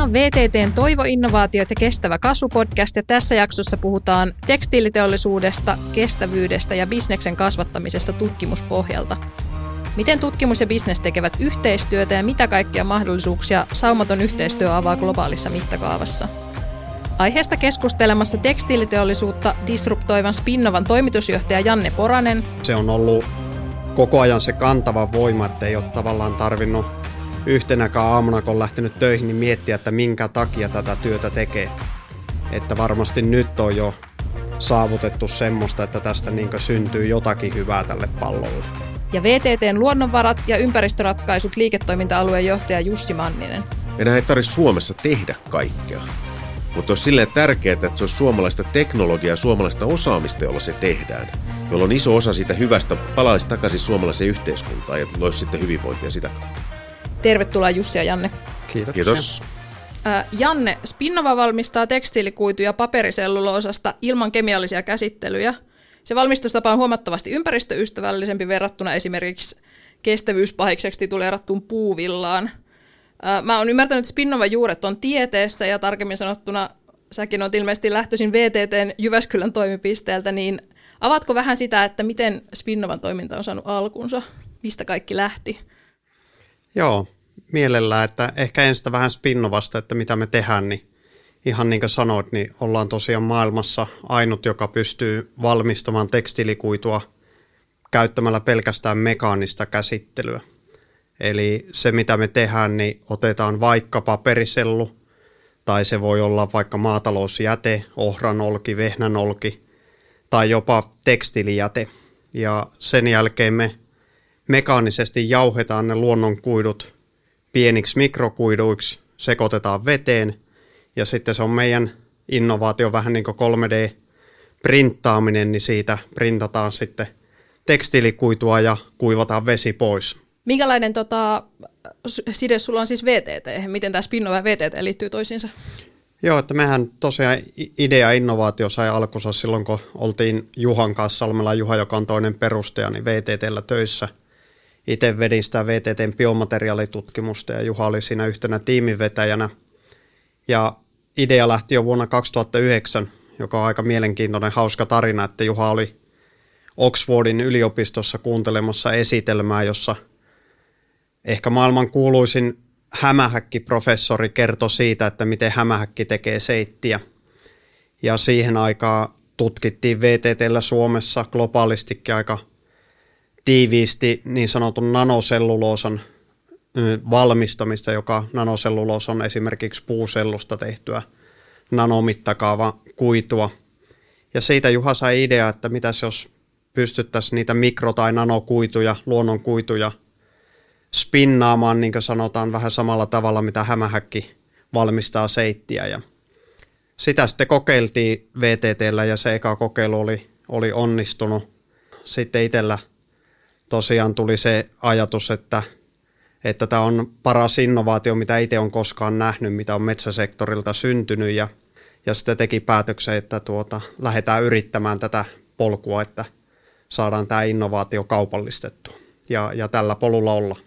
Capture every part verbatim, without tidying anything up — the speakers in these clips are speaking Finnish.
on V T T:n Toivo, innovaatiot ja kestävä kasvu podcast ja tässä jaksossa puhutaan tekstiiliteollisuudesta, kestävyydestä ja bisneksen kasvattamisesta tutkimuspohjalta. Miten tutkimus ja bisnes tekevät yhteistyötä ja mitä kaikkia mahdollisuuksia saumaton yhteistyö avaa globaalissa mittakaavassa? Aiheesta keskustelemassa tekstiiliteollisuutta disruptoivan Spinnovan toimitusjohtaja Janne Poranen. Se on ollut koko ajan se kantava voima, että ei ole tavallaan tarvinnut yhtenäkään aamuna, kun on lähtenyt töihin, niin miettiä, että minkä takia tätä työtä tekee. Että varmasti nyt on jo saavutettu semmoista, että tästä niin kuin syntyy jotakin hyvää tälle pallolle. Ja V T T:n luonnonvarat ja ympäristöratkaisut liiketoiminta-alueen johtaja Jussi Manninen. Meidän ei tarvitse Suomessa tehdä kaikkea, mutta olisi silleen tärkeää, että se olisi suomalaista teknologiaa ja suomalaista osaamista, jolla se tehdään, jolloin iso osa siitä hyvästä palaisi takaisin suomalaiseen yhteiskuntaan ja loisi sitten hyvinvointia sitä kautta. Tervetuloa Jussi ja Janne. Kiitoksia. Kiitos. Janne, Spinnova valmistaa tekstiilikuituja paperiselluloosasta ilman kemiallisia käsittelyjä. Se valmistustapa on huomattavasti ympäristöystävällisempi verrattuna esimerkiksi kestävyyspahikseksi tituleerattuun puuvillaan. Mä oon ymmärtänyt, että Spinnovan juuret on tieteessä ja tarkemmin sanottuna säkin oot ilmeisesti lähtöisin V T T:n Jyväskylän toimipisteeltä, niin avaatko vähän sitä, että miten Spinnovan toiminta on saanut alkunsa, mistä kaikki lähti? Joo, mielellään, että ehkä ensin vähän Spinnovasta, että mitä me tehdään, niin ihan niin kuin sanoit, niin ollaan tosiaan maailmassa ainut, joka pystyy valmistamaan tekstiilikuitua käyttämällä pelkästään mekaanista käsittelyä. Eli se, mitä me tehdään, niin otetaan vaikka paperisellu, tai se voi olla vaikka maatalousjäte, ohranolki, vehnänolki, tai jopa tekstiilijäte. Ja sen jälkeen me mekaanisesti jauhetaan ne luonnonkuidut pieniksi mikrokuiduiksi, sekoitetaan veteen, ja sitten se on meidän innovaatio vähän niin kuin kolme D-printtaaminen, niin siitä printataan sitten tekstiilikuitua ja kuivataan vesi pois. Minkälainen tota, side sulla on siis V T T? Miten tämä Spinnova ja V T T liittyy toisiinsa? Joo, että mehän tosiaan idea-innovaatio sai alkunsa silloin, kun oltiin Juhan kanssa, Salmela Juha, joka on toinen perustaja, niin V T T:llä töissä. Itse vedin sitä V T T:n biomateriaalitutkimusta ja Juha oli siinä yhtenä tiiminvetäjänä. Ja idea lähti jo vuonna kaksituhattayhdeksän, joka on aika mielenkiintoinen, hauska tarina, että Juha oli Oxfordin yliopistossa kuuntelemassa esitelmää, jossa ehkä maailman kuuluisin hämähäkkiprofessori kertoi siitä, että miten hämähäkki tekee seittiä. Ja siihen aikaan tutkittiin V T T:llä Suomessa globaalistikin aika tiiviisti niin sanotun nanoselluloosan valmistamista, joka nanoselluloosa on esimerkiksi puusellusta tehtyä nanomittakaava kuitua. Ja siitä Juha sai idea, että mitäs jos pystyttäisiin niitä mikro- tai nanokuituja, luonnonkuituja spinnaamaan, niin kuin sanotaan, vähän samalla tavalla, mitä hämähäkki valmistaa seittiä. Ja sitä sitten kokeiltiin V T T:llä ja se eka kokeilu oli, oli onnistunut. Sitten itsellä tosiaan tuli se ajatus, että että tämä on paras innovaatio, mitä itse on koskaan nähnyt, mitä on metsäsektorilta syntynyt, ja, ja sitten teki päätöksen, että tuota, lähdetään yrittämään tätä polkua, että saadaan tämä innovaatio kaupallistettua, ja, ja tällä polulla olla.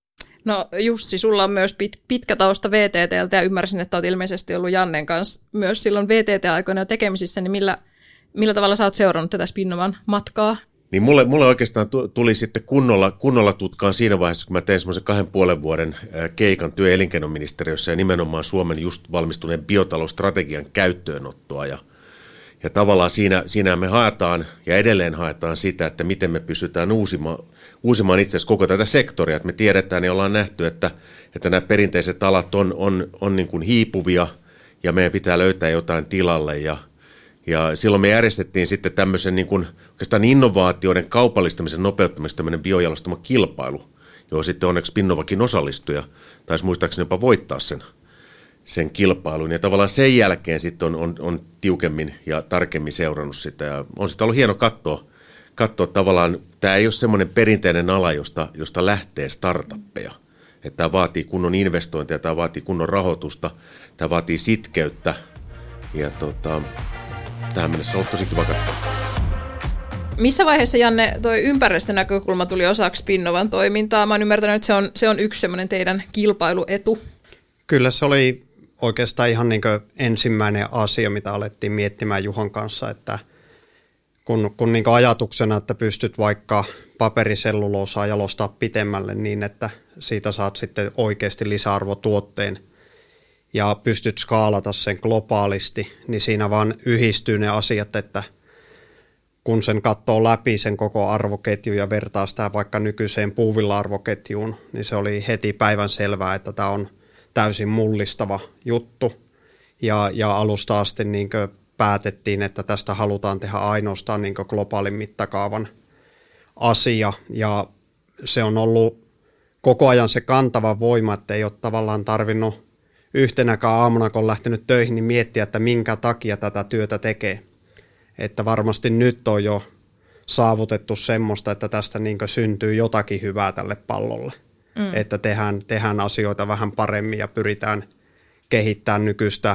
No Jussi, sulla on myös pit, pitkä tausta V T T:ltä, ja ymmärsin, että olet ilmeisesti ollut Jannen kanssa myös silloin V T T-aikoina tekemisissä, niin millä, millä tavalla sä oot seurannut tätä Spinnovan matkaa? Niin mulle, mulle oikeastaan tuli sitten kunnolla, kunnolla tutkaan siinä vaiheessa, kun mä tein semmoisen kahden puolen vuoden keikan työ- ja elinkeinoministeriössä ja nimenomaan Suomen just valmistuneen biotalousstrategian käyttöönottoa. Ja, ja tavallaan siinä, siinä me haetaan ja edelleen haetaan sitä, että miten me pystytään uusimaan, uusimaan itse asiassa koko tätä sektoria. Että me tiedetään ja ollaan nähty, että, että nämä perinteiset alat on, on, on niin kuin hiipuvia ja meidän pitää löytää jotain tilalle ja Ja silloin me järjestettiin sitten tämmöisen niin kuin oikeastaan innovaatioiden kaupallistamisen nopeuttamisen tämmöinen biojalostama kilpailu, johon sitten onneksi Spinnovakin osallistui ja taisi muistaakseni jopa voittaa sen, sen kilpailun. Ja tavallaan sen jälkeen sitten on, on, on tiukemmin ja tarkemmin seurannut sitä. Ja on sitten ollut hieno katsoa, katsoa tavallaan, tämä ei ole semmoinen perinteinen ala, josta, josta lähtee startuppeja. Että tämä vaatii kunnon investointia, tämä vaatii kunnon rahoitusta, tämä vaatii sitkeyttä ja tota... Tähän mennessä on ollut tosi kiva katsoa. Missä vaiheessa, Janne, tuo ympäristönäkökulma tuli osaksi Spinnovan toimintaa? Mä oon ymmärtänyt, että se on, se on yksi semmoinen teidän kilpailuetu. Kyllä se oli oikeastaan ihan niin kuin ensimmäinen asia, mitä alettiin miettimään Juhan kanssa, että kun, kun niin kuin ajatuksena, että pystyt vaikka paperiselluloosaa jalostaa pitemmälle niin, että siitä saat sitten oikeasti lisäarvotuotteen ja pystyt skaalata sen globaalisti, niin siinä vaan yhdistyy ne asiat, että kun sen katsoo läpi sen koko arvoketju ja vertaa sitä vaikka nykyiseen puuvilla-arvoketjuun, niin se oli heti päivän selvää, että tämä on täysin mullistava juttu. Ja, ja alusta asti niin kuin päätettiin, että tästä halutaan tehdä ainoastaan niin kuin globaalin mittakaavan asia. Ja se on ollut koko ajan se kantava voima, että ei ole tavallaan tarvinnut yhtenäkään aamuna, kun on lähtenyt töihin, niin miettiä, että minkä takia tätä työtä tekee. Että varmasti nyt on jo saavutettu semmoista, että tästä niin kuin syntyy jotakin hyvää tälle pallolle. Mm. Että tehdään, tehdään asioita vähän paremmin ja pyritään kehittämään nykyistä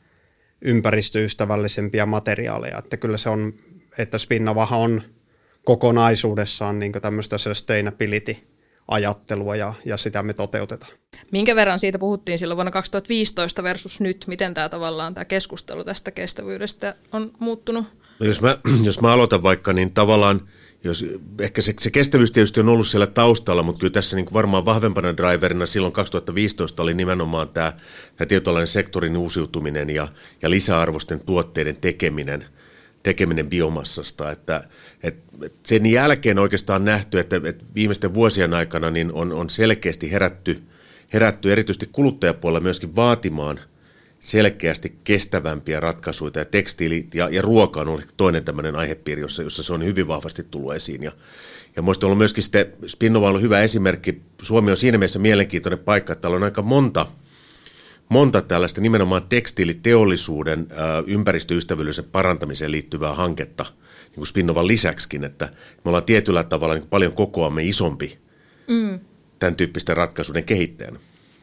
ympäristöystävällisempiä materiaaleja. Että kyllä se on, että Spinnova on kokonaisuudessaan niin kuin tämmöistä sustainability-ajattelua ja, ja sitä me toteutetaan. Minkä verran siitä puhuttiin silloin vuonna kaksituhattaviisitoista versus nyt? Miten tämä tavallaan tämä keskustelu tästä kestävyydestä on muuttunut? No jos, mä, jos mä aloitan vaikka, niin tavallaan, jos, ehkä se, se kestävyys tietysti on ollut siellä taustalla, mutta kyllä tässä niin varmaan vahvempana driverina silloin kaksituhattaviisitoista oli nimenomaan tämä, tämä tietynlainen sektorin uusiutuminen ja, ja lisäarvoisten tuotteiden tekeminen, tekeminen biomassasta. Että, et, et sen jälkeen oikeastaan nähty, että, että viimeisten vuosien aikana niin on, on selkeästi herätty, herätty erityisesti kuluttajapuolella myöskin vaatimaan selkeästi kestävämpiä ratkaisuja, ja tekstiili ja, ja ruoka on ollut toinen tämmöinen aihepiiri, jossa, jossa se on hyvin vahvasti tullut esiin. Ja, ja minusta on ollut myöskin sitten, Spinnova on ollut hyvä esimerkki. Suomi on siinä mielessä mielenkiintoinen paikka, että täällä on aika monta, monta tällaista nimenomaan tekstiiliteollisuuden ä, ympäristöystävällisyyden parantamiseen liittyvää hanketta, niin kuin Spinnovan lisäksikin, että me ollaan tietyllä tavalla niin paljon kokoamme isompi mm. tämän tyyppisten ratkaisuiden kehittäjänä.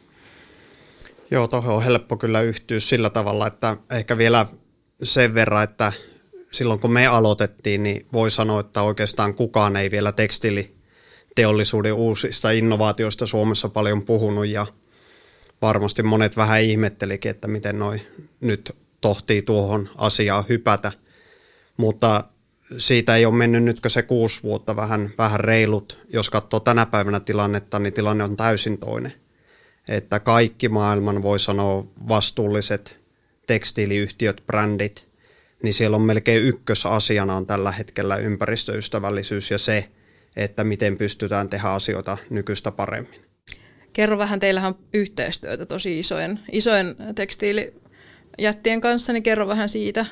Joo, tuohon on helppo kyllä yhtyä sillä tavalla, että ehkä vielä sen verran, että silloin kun me aloitettiin, niin voi sanoa, että oikeastaan kukaan ei vielä tekstiiliteollisuuden uusista innovaatioista Suomessa paljon puhunut ja varmasti monet vähän ihmettelikin, että miten noi nyt tohtii tuohon asiaan hypätä, mutta siitä ei ole mennyt nytkö se kuusi vuotta vähän, vähän reilut. Jos katsoo tänä päivänä tilannetta, niin tilanne on täysin toinen. Että kaikki maailman, voi sanoa, vastuulliset tekstiiliyhtiöt, brändit, niin siellä on melkein ykkösasiana on tällä hetkellä ympäristöystävällisyys ja se, että miten pystytään tehdä asioita nykyistä paremmin. Kerro vähän, teillähän on yhteistyötä tosi isojen, isojen tekstiilijättien kanssa, niin kerro vähän siitä.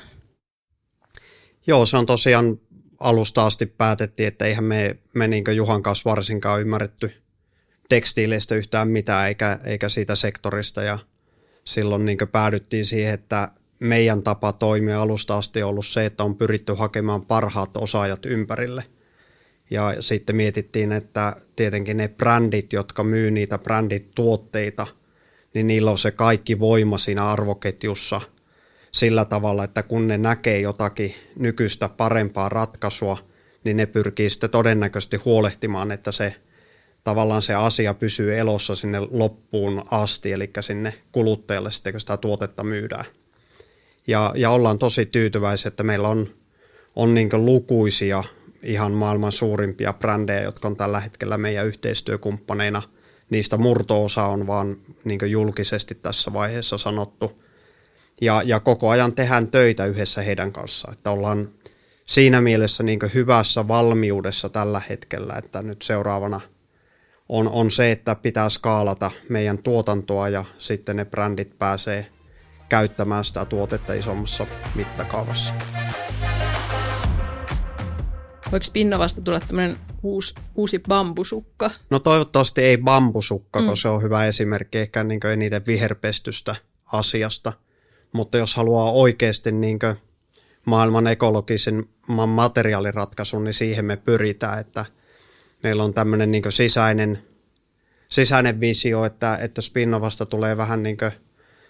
Joo, se on tosiaan alusta asti päätettiin, että eihän me, me niin kuin Juhan kanssa varsinkaan ymmärretty tekstiileistä yhtään mitään eikä, eikä siitä sektorista ja silloin niin kuin päädyttiin siihen, että meidän tapa toimia alusta asti on ollut se, että on pyritty hakemaan parhaat osaajat ympärille ja sitten mietittiin, että tietenkin ne brändit, jotka myy niitä brändituotteita, niin niillä on se kaikki voima siinä arvoketjussa sillä tavalla, että kun ne näkee jotakin nykyistä parempaa ratkaisua, niin ne pyrkii sitten todennäköisesti huolehtimaan, että se tavallaan se asia pysyy elossa sinne loppuun asti, eli sinne kuluttajalle sitten, kun sitä tuotetta myydään. Ja, ja ollaan tosi tyytyväisiä, että meillä on, on niin kuin lukuisia ihan maailman suurimpia brändejä, jotka on tällä hetkellä meidän yhteistyökumppaneina. Niistä murto-osa on vaan niin kuin julkisesti tässä vaiheessa sanottu. Ja, ja koko ajan tehdään töitä yhdessä heidän kanssaan, että ollaan siinä mielessä niin kuin hyvässä valmiudessa tällä hetkellä, että nyt seuraavana on, on se, että pitää skaalata meidän tuotantoa ja sitten ne brändit pääsee käyttämään sitä tuotetta isommassa mittakaavassa. Voiko Spinnovasta tulla tämmöinen uusi, uusi bambusukka? No toivottavasti ei bambusukka, mm. koska se on hyvä esimerkki ehkä niin kuin eniten viherpestystä asiasta. Mutta jos haluaa oikeasti niin kuin maailman ekologisen materiaaliratkaisun, niin siihen me pyritään, että meillä on tämmöinen niin kuin sisäinen, sisäinen visio, että, että Spinnovasta tulee vähän niin kuin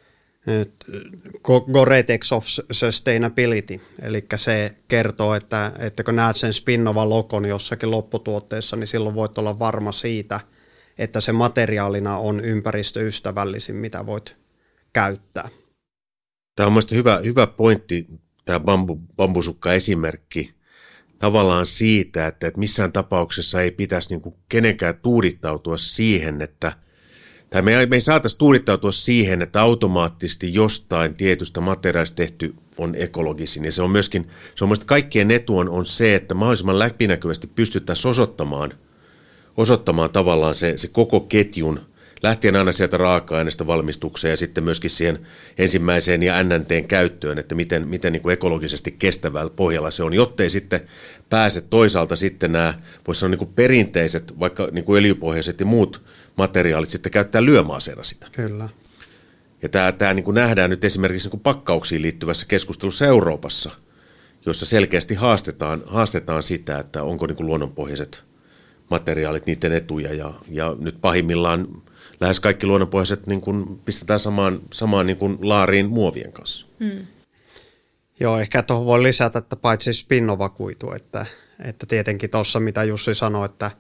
Gore-Tex of Sustainability, eli se kertoo, että, että kun näet sen Spinnova-logon jossakin lopputuotteessa, niin silloin voit olla varma siitä, että se materiaalina on ympäristöystävällisin, mitä voit käyttää. Tämä on mielestäni hyvä, hyvä pointti, tämä bambu, bambusukka-esimerkki tavallaan siitä, että, että missään tapauksessa ei pitäisi niin kuin kenenkään tuudittautua siihen, että tai me ei, me ei saataisi tuudittautua siihen, että automaattisesti jostain tietystä materiaalista tehty on ekologisin. Ja se on myöskin, se on mielestäni kaikkien etu on, on se, että mahdollisimman läpinäkyvästi pystyttäisiin osoittamaan, osoittamaan tavallaan se, se koko ketjun, lähtien aina sieltä raaka-aineesta valmistukseen ja sitten myöskin siihen ensimmäiseen ja N N T:n käyttöön, että miten, miten niin kuin ekologisesti kestävällä pohjalla se on, jottei sitten pääse toisaalta sitten nämä, voisi sanoa niin kuin perinteiset, vaikka niin kuin öljypohjaiset ja muut materiaalit sitten käyttää lyömäaseena sitä. Kyllä. Ja tämä, tämä niin kuin nähdään nyt esimerkiksi niin kuin pakkauksiin liittyvässä keskustelussa Euroopassa, jossa selkeästi haastetaan, haastetaan sitä, että onko niin kuin luonnonpohjaiset materiaalit niiden etuja ja, ja nyt pahimmillaan lähes kaikki luonnonpohjaiset niin kuin pistetään samaan, samaan niin kuin laariin muovien kanssa. Hmm. Joo, ehkä tuohon voi lisätä, että paitsi Spinnova-kuitu, että, että tietenkin tuossa mitä Jussi sanoi, että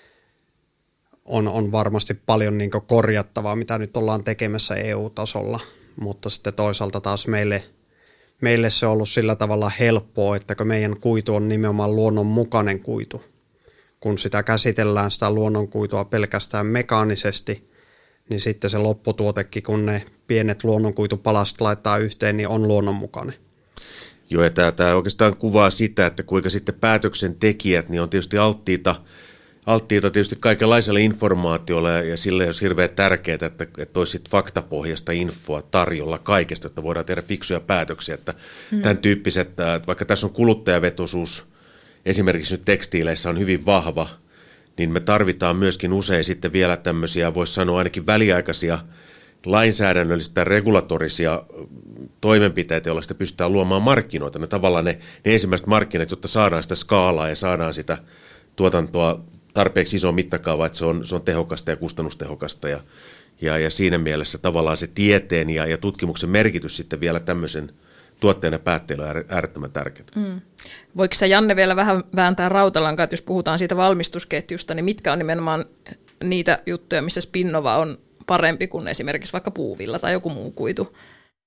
on, on varmasti paljon niin kuin korjattavaa, mitä nyt ollaan tekemässä E U-tasolla, mutta sitten toisaalta taas meille, meille se on ollut sillä tavalla helppoa, että kun meidän kuitu on nimenomaan luonnonmukainen kuitu, kun sitä käsitellään sitä luonnonkuitua pelkästään mekaanisesti, niin sitten se lopputuotekin, kun ne pienet luonnonkuitupalaset laittaa yhteen, niin on luonnonmukainen. Joo, ja tämä, tämä oikeastaan kuvaa sitä, että kuinka sitten päätöksentekijät niin on tietysti alttiita, alttiita tietysti kaikenlaiselle informaatiolle, ja sille olisi hirveän tärkeää, että, että olisi faktapohjaista infoa tarjolla kaikesta, että voidaan tehdä fiksuja päätöksiä. Että mm. Tämän tyyppiset, että vaikka tässä on kuluttajavetoisuus, esimerkiksi nyt tekstiileissä on hyvin vahva, niin me tarvitaan myöskin usein sitten vielä tämmöisiä, voisi sanoa ainakin väliaikaisia lainsäädännöllisiä tai regulatorisia toimenpiteitä, joilla sitä pystytään luomaan markkinoita. Ne tavallaan ne, ne ensimmäiset markkinat, jotta saadaan sitä skaalaa ja saadaan sitä tuotantoa tarpeeksi iso mittakaava, että se on, se on tehokasta ja kustannustehokasta. Ja, ja, ja siinä mielessä tavallaan se tieteen ja, ja tutkimuksen merkitys sitten vielä tämmöisen tuotteena päätteillä on äärettömän tärkeää. Mm. Voiko sä, Janne, vielä vähän vääntää rautalankaa, että jos puhutaan siitä valmistusketjusta, niin mitkä on nimenomaan niitä juttuja, missä Spinnova on parempi kuin esimerkiksi vaikka puuvilla tai joku muu kuitu?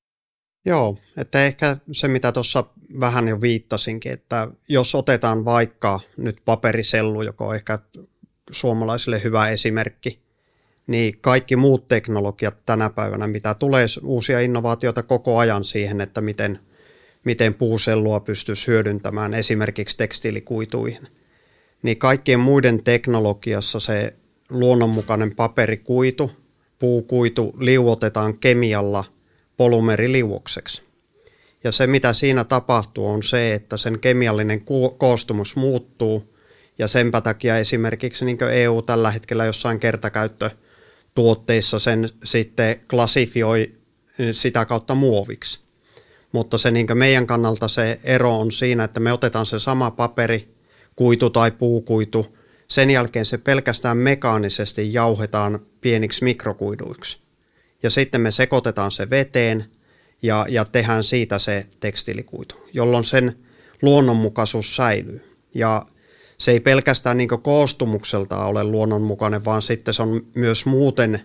Joo, että ehkä se, mitä tuossa vähän jo viittasinkin, että jos otetaan vaikka nyt paperisellu, joka on ehkä suomalaisille hyvä esimerkki, niin kaikki muut teknologiat tänä päivänä, mitä tulee uusia innovaatioita koko ajan siihen, että miten, miten puusellua pystyisi hyödyntämään esimerkiksi tekstiilikuituihin, niin kaikkien muiden teknologiassa se luonnonmukainen paperikuitu, puukuitu liuotetaan kemialla polymeriliuokseksi. Ja se, mitä siinä tapahtuu, on se, että sen kemiallinen koostumus muuttuu, ja senpä takia esimerkiksi niin kuin E U tällä hetkellä jossain kertakäyttötuotteissa sen sitten klassifioi sitä kautta muoviksi. Mutta se niin kuin meidän kannalta se ero on siinä, että me otetaan se sama paperi, kuitu tai puukuitu, sen jälkeen se pelkästään mekaanisesti jauhetaan pieniksi mikrokuiduiksi. Ja sitten me sekoitetaan se veteen ja, ja tehdään siitä se tekstiilikuitu, jolloin sen luonnonmukaisuus säilyy. Ja se ei pelkästään niin kuin koostumukseltaan ole luonnonmukainen, vaan sitten se on myös muuten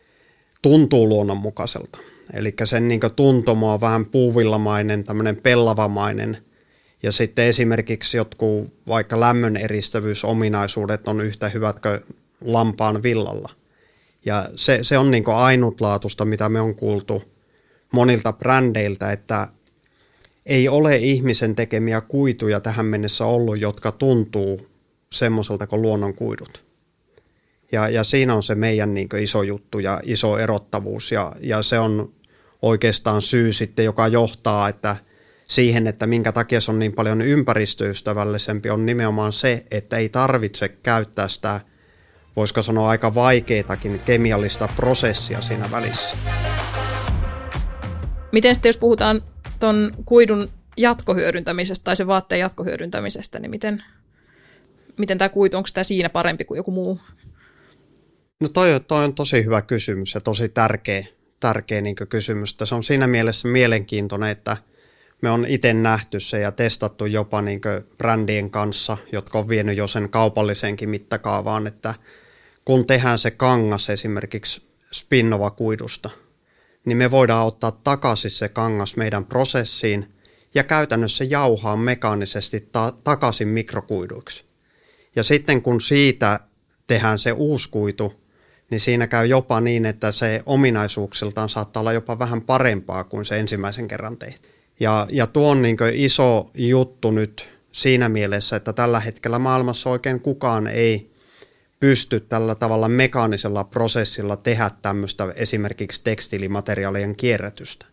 tuntuu luonnonmukaiselta. Eli sen niin kuin tuntuma on vähän puuvillamainen, tämmöinen pellavamainen. Ja sitten esimerkiksi jotkut vaikka lämmön eristävyysominaisuudet on yhtä hyvät kuin lampaan villalla. Ja se, se on niin kuin ainutlaatuista, mitä me on kuultu monilta brändeiltä, että ei ole ihmisen tekemiä kuituja tähän mennessä ollut, jotka tuntuu semmoiselta kuin luonnon kuidut. Ja, ja siinä on se meidän niin kuin iso juttu ja iso erottavuus. Ja, ja se on oikeastaan syy sitten, joka johtaa että siihen, että minkä takia se on niin paljon ympäristöystävällisempi, on nimenomaan se, että ei tarvitse käyttää sitä, voisiko sanoa aika vaikeatakin kemiallista prosessia siinä välissä. Miten sitten, jos puhutaan tuon kuidun jatkohyödyntämisestä tai sen vaatteen jatkohyödyntämisestä, niin miten, miten tämä kuitu, onko tämä siinä parempi kuin joku muu? No toi, toi on tosi hyvä kysymys ja tosi tärkeä, tärkeä niin kuin kysymys. Se on siinä mielessä mielenkiintoinen, että me on itse nähty se ja testattu jopa niin kuin brändien kanssa, jotka on vienyt jo sen kaupalliseenkin mittakaavaan, että kun tehdään se kangas esimerkiksi Spinnova-kuidusta, niin me voidaan ottaa takaisin se kangas meidän prosessiin ja käytännössä jauhaa mekaanisesti ta- takaisin mikrokuiduiksi. Ja sitten kun siitä tehdään se uusi kuitu, niin siinä käy jopa niin, että se ominaisuuksiltaan saattaa olla jopa vähän parempaa kuin se ensimmäisen kerran tehty. Ja, ja tuo on niin kuin iso juttu nyt siinä mielessä, että tällä hetkellä maailmassa oikein kukaan ei pysty tällä tavalla mekaanisella prosessilla tehdä tämmöistä esimerkiksi tekstiilimateriaalien kierrätystä.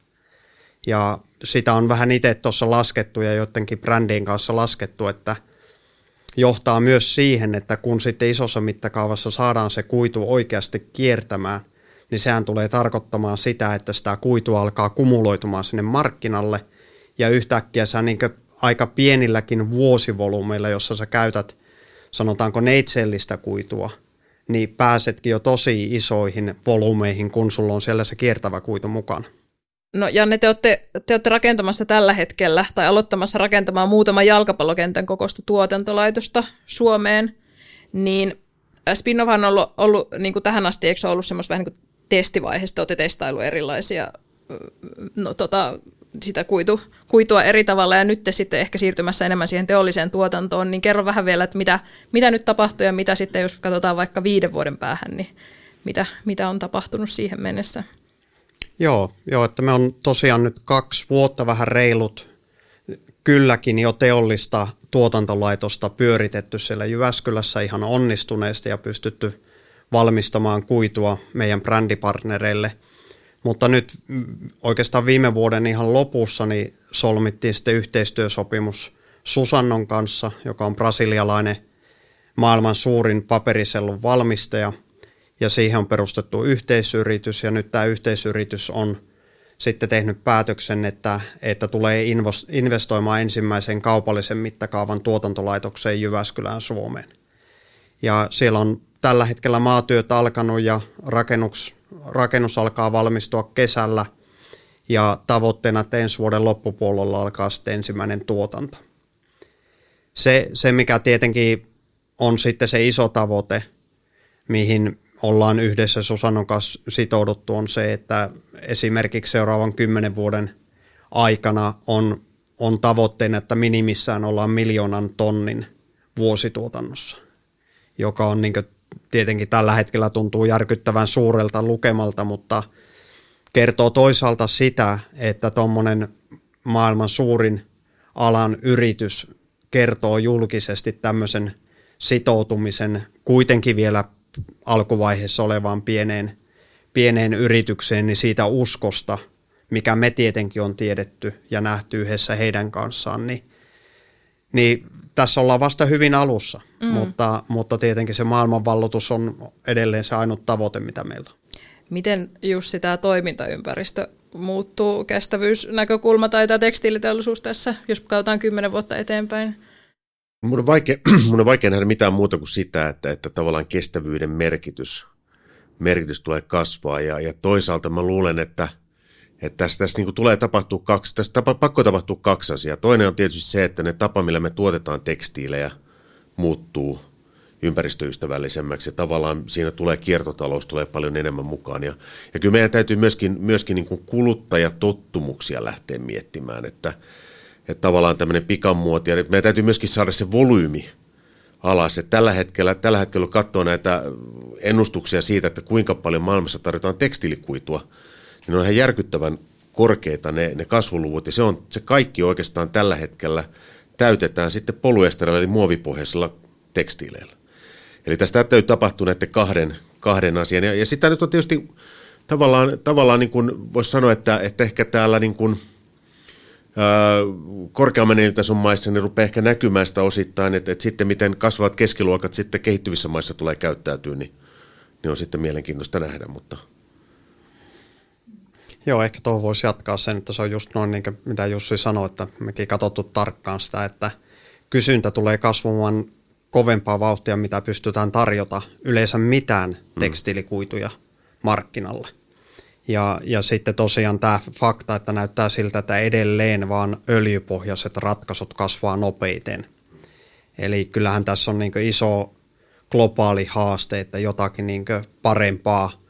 Ja sitä on vähän itse tuossa laskettu ja joidenkin brändien kanssa laskettu, että johtaa myös siihen, että kun sitten isossa mittakaavassa saadaan se kuitu oikeasti kiertämään, niin sehän tulee tarkoittamaan sitä, että sitä kuitua alkaa kumuloitumaan sinne markkinalle ja yhtäkkiä sä niin kuin aika pienilläkin vuosivolyymeilla, jossa sä käytät sanotaanko neitsellistä kuitua, niin pääsetkin jo tosi isoihin volyymeihin, kun sulla on siellä se kiertävä kuitu mukana. No Janne, te olette, te olette rakentamassa tällä hetkellä tai aloittamassa rakentamaan muutaman jalkapallokentän kokoista tuotantolaitosta Suomeen, niin Spinnova on ollut, ollut niin kuin tähän asti, eikö se ollut semmoista vähän niin kuin testivaiheesta, olette testaillut erilaisia no, tota, sitä kuitu, kuitua eri tavalla ja nyt te sitten ehkä siirtymässä enemmän siihen teolliseen tuotantoon, niin kerro vähän vielä, että mitä, mitä nyt tapahtuu ja mitä sitten, jos katsotaan vaikka viiden vuoden päähän, niin mitä, mitä on tapahtunut siihen mennessä? Joo, joo, että me on tosiaan nyt kaksi vuotta vähän reilut, kylläkin jo teollista tuotantolaitosta pyöritetty siellä Jyväskylässä ihan onnistuneesti ja pystytty valmistamaan kuitua meidän brändipartnereille. Mutta nyt oikeastaan viime vuoden ihan lopussa niin solmittiin sitten yhteistyösopimus Susannon kanssa, joka on brasilialainen maailman suurin paperisellun valmistaja. Ja siihen on perustettu yhteisyritys ja nyt tämä yhteisyritys on sitten tehnyt päätöksen, että, että tulee investoimaan ensimmäisen kaupallisen mittakaavan tuotantolaitokseen Jyväskylään Suomeen. Ja siellä on tällä hetkellä maatyöt alkanut ja rakennus, rakennus alkaa valmistua kesällä ja tavoitteena, että ensi vuoden loppupuolella alkaa sitten ensimmäinen tuotanto. Se, se mikä tietenkin on sitten se iso tavoite, mihin ollaan yhdessä Susannon kanssa sitouduttu, on se, että esimerkiksi seuraavan kymmenen vuoden aikana on, on tavoitteena, että minimissään ollaan miljoonan tonnin vuosituotannossa, joka on niin kuin, tietenkin tällä hetkellä tuntuu järkyttävän suurelta lukemalta, mutta kertoo toisaalta sitä, että tuommoinen maailman suurin alan yritys kertoo julkisesti tämmöisen sitoutumisen kuitenkin vielä alkuvaiheessa olevaan pieneen, pieneen yritykseen, niin siitä uskosta, mikä me tietenkin on tiedetty ja nähty yhdessä heidän kanssaan, niin, niin tässä ollaan vasta hyvin alussa, mm. mutta, mutta tietenkin se maailmanvalloitus on edelleen se ainut tavoite, mitä meillä on. Miten Jussi tämä toimintaympäristö muuttuu, kestävyysnäkökulma tai tämä tekstiiliteollisuus tässä, jos katsotaan kymmenen vuotta eteenpäin? Mun on, vaikea, mun on vaikea nähdä mitään muuta kuin sitä, että, että tavallaan kestävyyden merkitys, merkitys tulee kasvaa ja, ja toisaalta mä luulen, että, että tässä, tässä niin kuin tulee tapahtua kaksi, tässä tapa, pakko tapahtua kaksi asiaa. Toinen on tietysti se, että ne tapa, millä me tuotetaan tekstiilejä, muuttuu ympäristöystävällisemmäksi ja tavallaan siinä tulee kiertotalous, tulee paljon enemmän mukaan. Ja, ja kyllä meidän täytyy myöskin, myöskin niin kuin kuluttajatottumuksia lähteä miettimään, että Että tavallaan tämmöinen pikamuoti, ja meidän täytyy myöskin saada se volyymi alas. Että tällä hetkellä, tällä hetkellä katsoo näitä ennustuksia siitä, että kuinka paljon maailmassa tarjotaan tekstiilikuitua, niin ne on ihan järkyttävän korkeita ne, ne kasvuluvut, ja se, on, se kaikki oikeastaan tällä hetkellä täytetään sitten polyesterillä eli muovipohjaisilla tekstiileillä. Eli tästä täytyy tapahtua näiden kahden, kahden asian, ja, ja sitä nyt on tietysti tavallaan, tavallaan niin kuin voisi sanoa, että, että ehkä täällä niin kuin korkeamman elintason maissa niin rupeaa ehkä näkymään sitä osittain, että, että sitten miten kasvavat keskiluokat sitten kehittyvissä maissa tulee käyttäytyä, niin, niin on sitten mielenkiintoista nähdä. Mutta. Joo, ehkä tuohon voisi jatkaa sen, että se on just noin niin kuin mitä Jussi sanoi, että mekin katsottu tarkkaan sitä, että kysyntä tulee kasvamaan kovempaa vauhtia, mitä pystytään tarjota yleensä mitään tekstiilikuituja markkinalle. Ja, ja sitten tosiaan tämä fakta, että näyttää siltä, että edelleen vaan öljypohjaiset ratkaisut kasvaa nopeiten. Eli kyllähän tässä on niin kuin iso globaali haaste, että jotakin niin kuin parempaa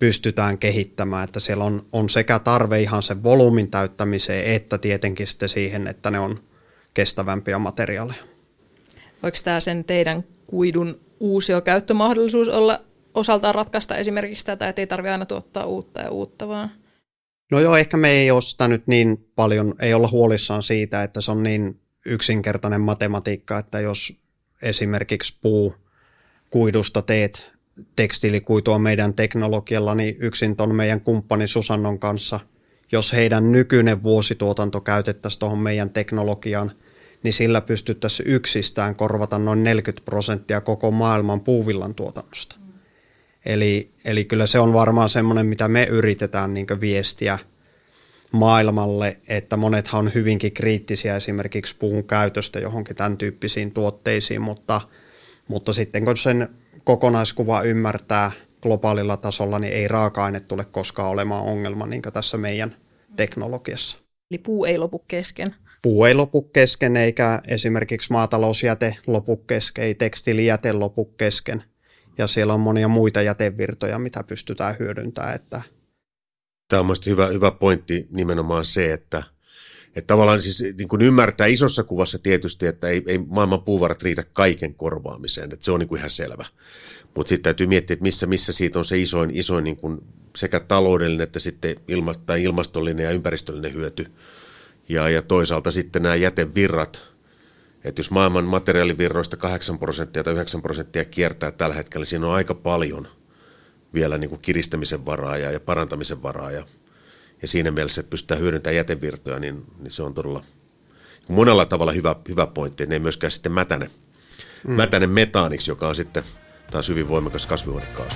pystytään kehittämään, että siellä on, on sekä tarve ihan sen volyymin täyttämiseen, että tietenkin sitten siihen, että ne on kestävämpiä materiaaleja. Voiko tämä sen teidän kuidun uusiokäyttömahdollisuus olla osaltaan ratkaista esimerkiksi tätä, että ei tarvitse aina tuottaa uutta ja uutta vaan? No joo, ehkä me ei ole sitä nyt niin paljon, ei olla huolissaan siitä, että se on niin yksinkertainen matematiikka, että jos esimerkiksi puukuidusta teet tekstiilikuitua meidän teknologialla, niin yksin tuon meidän kumppani Susannon kanssa, jos heidän nykyinen vuosituotanto käytettäisiin tuohon meidän teknologiaan, niin sillä pystyttäisiin yksistään korvata noin neljäkymmentä prosenttia koko maailman puuvillan tuotannosta. Mm. Eli, eli kyllä se on varmaan semmoinen, mitä me yritetään niin kuin viestiä maailmalle, että monethan on hyvinkin kriittisiä esimerkiksi puun käytöstä johonkin tämän tyyppisiin tuotteisiin, mutta, mutta sitten kun sen kokonaiskuva ymmärtää globaalilla tasolla, niin ei raaka-aine tule koskaan olemaan ongelma niin kuin tässä meidän teknologiassa. Eli puu ei lopu kesken. Puu ei lopu kesken, eikä esimerkiksi maatalousjäte lopu kesken, ei tekstiilijäte lopu kesken. Ja siellä on monia muita jätevirtoja, mitä pystytään hyödyntämään. Että Tämä on mielestäni hyvä, hyvä pointti nimenomaan se, että, että tavallaan siis niin kuin ymmärtää isossa kuvassa tietysti, että ei, ei maailman puuvarat riitä kaiken korvaamiseen, että se on niin kuin ihan selvä. Mutta sitten täytyy miettiä, että missä, missä siitä on se isoin, isoin niin kuin sekä taloudellinen että sitten ilma, tai ilmastollinen ja ympäristöllinen hyöty. Ja, ja toisaalta sitten nämä jätevirrat, että jos maailman materiaalivirroista kahdeksan prosenttia tai yhdeksän prosenttia kiertää tällä hetkellä, niin siinä on aika paljon vielä niin kuin kiristämisen varaa ja, ja parantamisen varaa. Ja, ja siinä mielessä, että pystytään hyödyntämään jätevirtoja, niin, niin se on todella monella tavalla hyvä, hyvä pointti, että ne ei myöskään sitten mätäne, mm. mätäne metaaniksi, joka on sitten taas hyvin voimakas kasvihuonekaasu.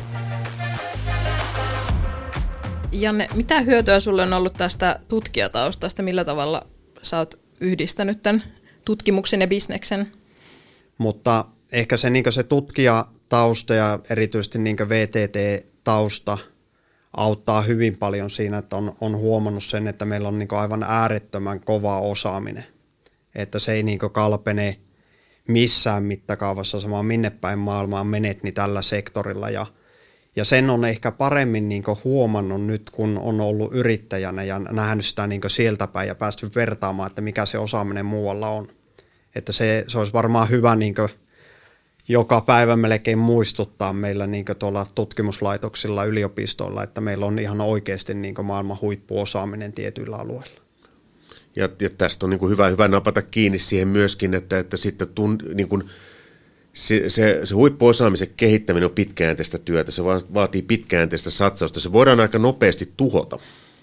Janne, mitä hyötyä sulle on ollut tästä tutkijataustasta? Millä tavalla sä oot yhdistänyt tämän tutkimuksen ja bisneksen? Mutta ehkä se, niin se tutkijatausta ja erityisesti niin V T T-tausta auttaa hyvin paljon siinä, että on, on huomannut sen, että meillä on niin aivan äärettömän kova osaaminen. Että se ei niin kalpene missään mittakaavassa samaan minne päin maailmaan menet, niin tällä sektorilla. Ja, ja sen on ehkä paremmin niin huomannut nyt, kun on ollut yrittäjänä ja nähnyt sitä niin sieltä päin ja päässyt vertaamaan, että mikä se osaaminen muualla on. Että se, se olisi varmaan hyvä niin joka päivä melkein muistuttaa meillä niin tuolla tutkimuslaitoksilla, yliopistoilla, että meillä on ihan oikeasti niin maailman huippuosaaminen tietyillä alueilla. Ja, ja tästä on niin kuin hyvä, hyvä napata kiinni siihen myöskin, että, että sitten tun, niin kuin se, se, se huippuosaamisen kehittäminen on pitkäjänteistä työtä, se vaatii pitkäjänteistä satsausta, se voidaan aika nopeasti tuhota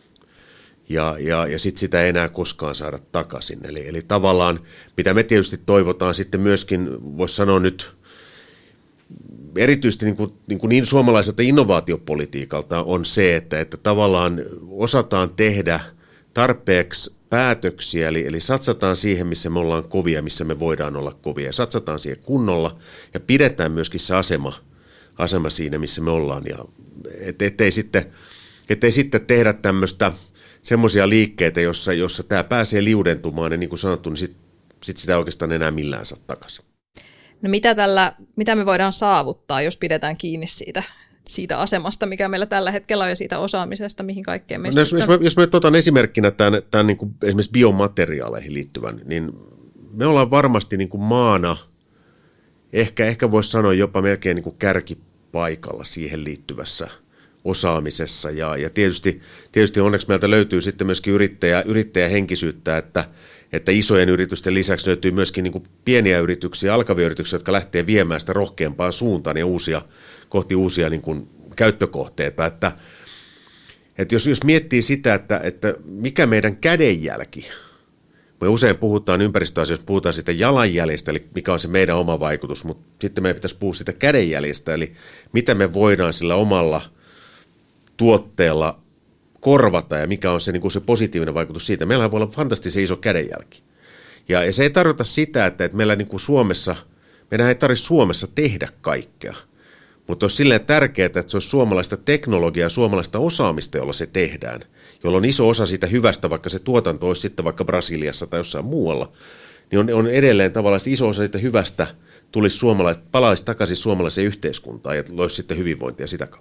ja, ja, ja sitten sitä ei enää koskaan saada takaisin. Eli, eli tavallaan, mitä me tietysti toivotaan sitten myöskin, voisi sanoa nyt, erityisesti niin, kuin, niin, kuin niin suomalaiselta innovaatiopolitiikalta on se, että, että tavallaan osataan tehdä tarpeeksi päätöksiä, eli, eli satsataan siihen, missä me ollaan kovia, missä me voidaan olla kovia, ja satsataan siihen kunnolla, ja pidetään myöskin se asema, asema siinä, missä me ollaan, ja et, ettei, sitten, ettei sitten tehdä tämmöistä semmoisia liikkeitä, jossa, jossa tämä pääsee liudentumaan, ja niin kuin sanottu, niin sitten sit sitä oikeastaan enää millään saa takaisin. No mitä, tällä, mitä me voidaan saavuttaa, jos pidetään kiinni siitä, siitä asemasta, mikä meillä tällä hetkellä on, ja siitä osaamisesta, mihin kaikkeen meistä... No, jos, jos mä, jos mä nyt otan esimerkkinä tämän, tämän niin kuin esimerkiksi biomateriaaleihin liittyvän, niin me ollaan varmasti niin kuin maana, ehkä, ehkä voisi sanoa jopa melkein niin kuin kärkipaikalla siihen liittyvässä osaamisessa, ja, ja tietysti, tietysti onneksi meiltä löytyy sitten myöskin yrittäjä, yrittäjähenkisyyttä, että että isojen yritysten lisäksi löytyy myöskin niin kuin pieniä yrityksiä, alkavia yrityksiä, jotka lähtee viemään sitä rohkeampaan suuntaan ja uusia, kohti uusia niin kuin käyttökohteita. Että, että jos, jos miettii sitä, että, että mikä meidän kädenjälki, me usein puhutaan ympäristöasioista, puhutaan siitä jalanjäljestä, eli mikä on se meidän oma vaikutus, mutta sitten meidän pitäisi puhua siitä kädenjäljestä, eli mitä me voidaan sillä omalla tuotteella korvata ja mikä on se, niin kuin se positiivinen vaikutus siitä. Meillähän voi olla fantastisen iso kädenjälki. Ja, ja se ei tarkoita sitä, että, että meillä niin kuin Suomessa, meidän ei tarvitse Suomessa tehdä kaikkea, mutta olisi silleen tärkeää, että se olisi suomalaista teknologiaa ja suomalaista osaamista, jolla se tehdään, jolloin iso osa siitä hyvästä, vaikka se tuotanto olisi sitten vaikka Brasiliassa tai jossain muualla, niin on, on edelleen tavallaan iso osa siitä hyvästä tulisi suomalaiset, palaisi takaisin suomalaiseen yhteiskuntaan ja loisi sitten hyvinvointia sitä kautta.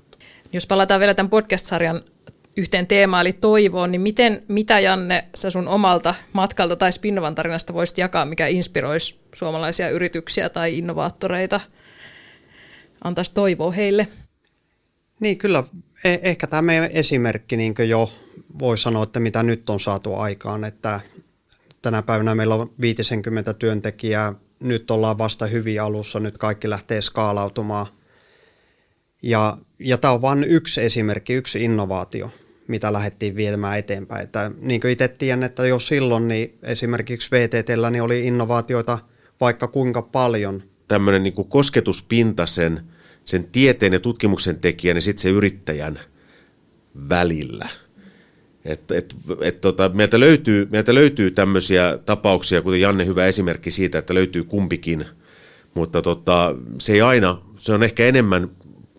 Jos palataan vielä tämän podcast-sarjan yhteen teemaan, eli toivoon, niin miten, mitä Janne sä sun omalta matkalta tai Spinnovan tarinasta voisit jakaa, mikä inspiroisi suomalaisia yrityksiä tai innovaattoreita, antaisi toivoa heille? Niin kyllä, eh- ehkä tämä meidän esimerkki niin jo voi sanoa, että mitä nyt on saatu aikaan, että tänä päivänä meillä on viisikymmentä työntekijää, nyt ollaan vasta hyvin alussa, nyt kaikki lähtee skaalautumaan. Ja, ja tämä on vain yksi esimerkki, yksi innovaatio, mitä lähdettiin viemään eteenpäin. Että, niin kuin itse tiedän, että jo silloin niin esimerkiksi V T T:llä niin oli innovaatioita vaikka kuinka paljon. Tämmöinen niin kuin kosketuspinta sen, sen tieteen ja tutkimuksen tekijän ja sitten se yrittäjän välillä. Et, et, et, tota, meiltä, löytyy, meiltä löytyy tämmöisiä tapauksia, kuten Janne hyvä esimerkki siitä, että löytyy kumpikin, mutta tota, se ei aina, se on ehkä enemmän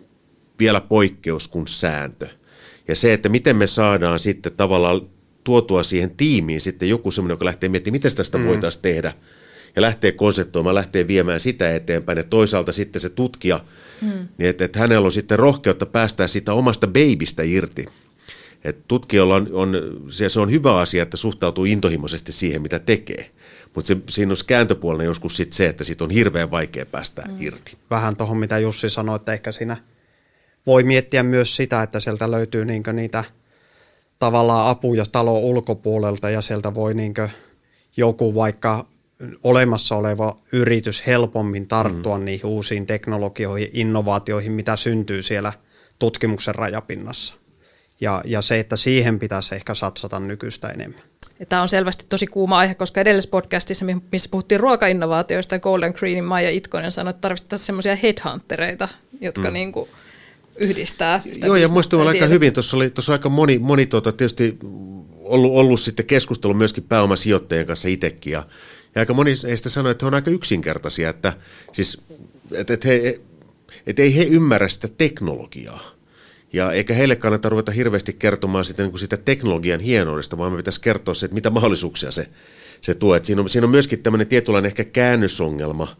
vielä poikkeus kuin sääntö. Ja se, että miten me saadaan sitten tavallaan tuotua siihen tiimiin sitten joku semmoinen, joka lähtee miettimään, miten tästä mm. voitaisiin tehdä, ja lähtee konseptoimaan, lähtee viemään sitä eteenpäin, ja toisaalta sitten se tutkija, mm. niin että, että hänellä on sitten rohkeutta päästää sitä omasta babystä irti. Että tutkijalla on, on, se on hyvä asia, että suhtautuu intohimoisesti siihen, mitä tekee. Mutta siinä on kääntöpuolena joskus sit se, että siitä on hirveän vaikea päästä mm. irti. Vähän tuohon, mitä Jussi sanoi, että ehkä siinä voi miettiä myös sitä, että sieltä löytyy niinkö niitä tavallaan apuja talon ulkopuolelta ja sieltä voi niinkö joku vaikka olemassa oleva yritys helpommin tarttua mm. niihin uusiin teknologioihin, innovaatioihin, mitä syntyy siellä tutkimuksen rajapinnassa. Ja, ja se, että siihen pitäisi ehkä satsata nykyistä enemmän. Ja tämä on selvästi tosi kuuma aihe, koska edellisessä podcastissa, missä puhuttiin ruokainnovaatioista, ja Golden Greenin Maija Itkonen sanoi, että tarvittaisiin semmoisia headhuntereita, jotka mm. niin kuin yhdistää sitä. Joo, ja muistan aika hyvin, tuossa oli tuossa aika moni, moni tuota, tietysti ollut, ollut sitten keskustelu myöskin pääomasijoittajien kanssa itsekin, ja, ja aika moni heistä sanoi, että he on aika yksinkertaisia, että, siis, että, että, he, että ei he ymmärrä sitä teknologiaa. Ja eikä heille kannata ruveta hirveästi kertomaan sitä, niin kuin sitä teknologian hienoudesta, vaan me pitäisi kertoa se, että mitä mahdollisuuksia se, se tuo. Et siinä, on, siinä on myöskin tämmöinen tietynlainen ehkä käännösongelma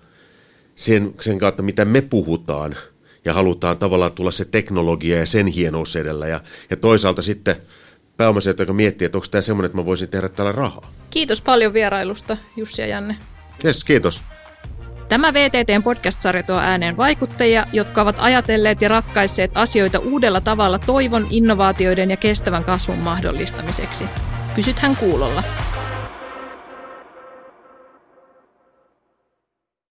sen, sen kautta, mitä me puhutaan, ja halutaan tavallaan tulla se teknologia ja sen hienous edellä. Ja, ja toisaalta sitten pääomasijoittaja, joka miettii, että onko tämä semmoinen, että mä voisin tehdä tällä rahaa. Kiitos paljon vierailusta, Jussi ja Janne. Jes, kiitos. Tämä V T T:n podcast-sarja tuo ääneen vaikuttajia, jotka ovat ajatelleet ja ratkaisseet asioita uudella tavalla toivon, innovaatioiden ja kestävän kasvun mahdollistamiseksi. Pysythän kuulolla.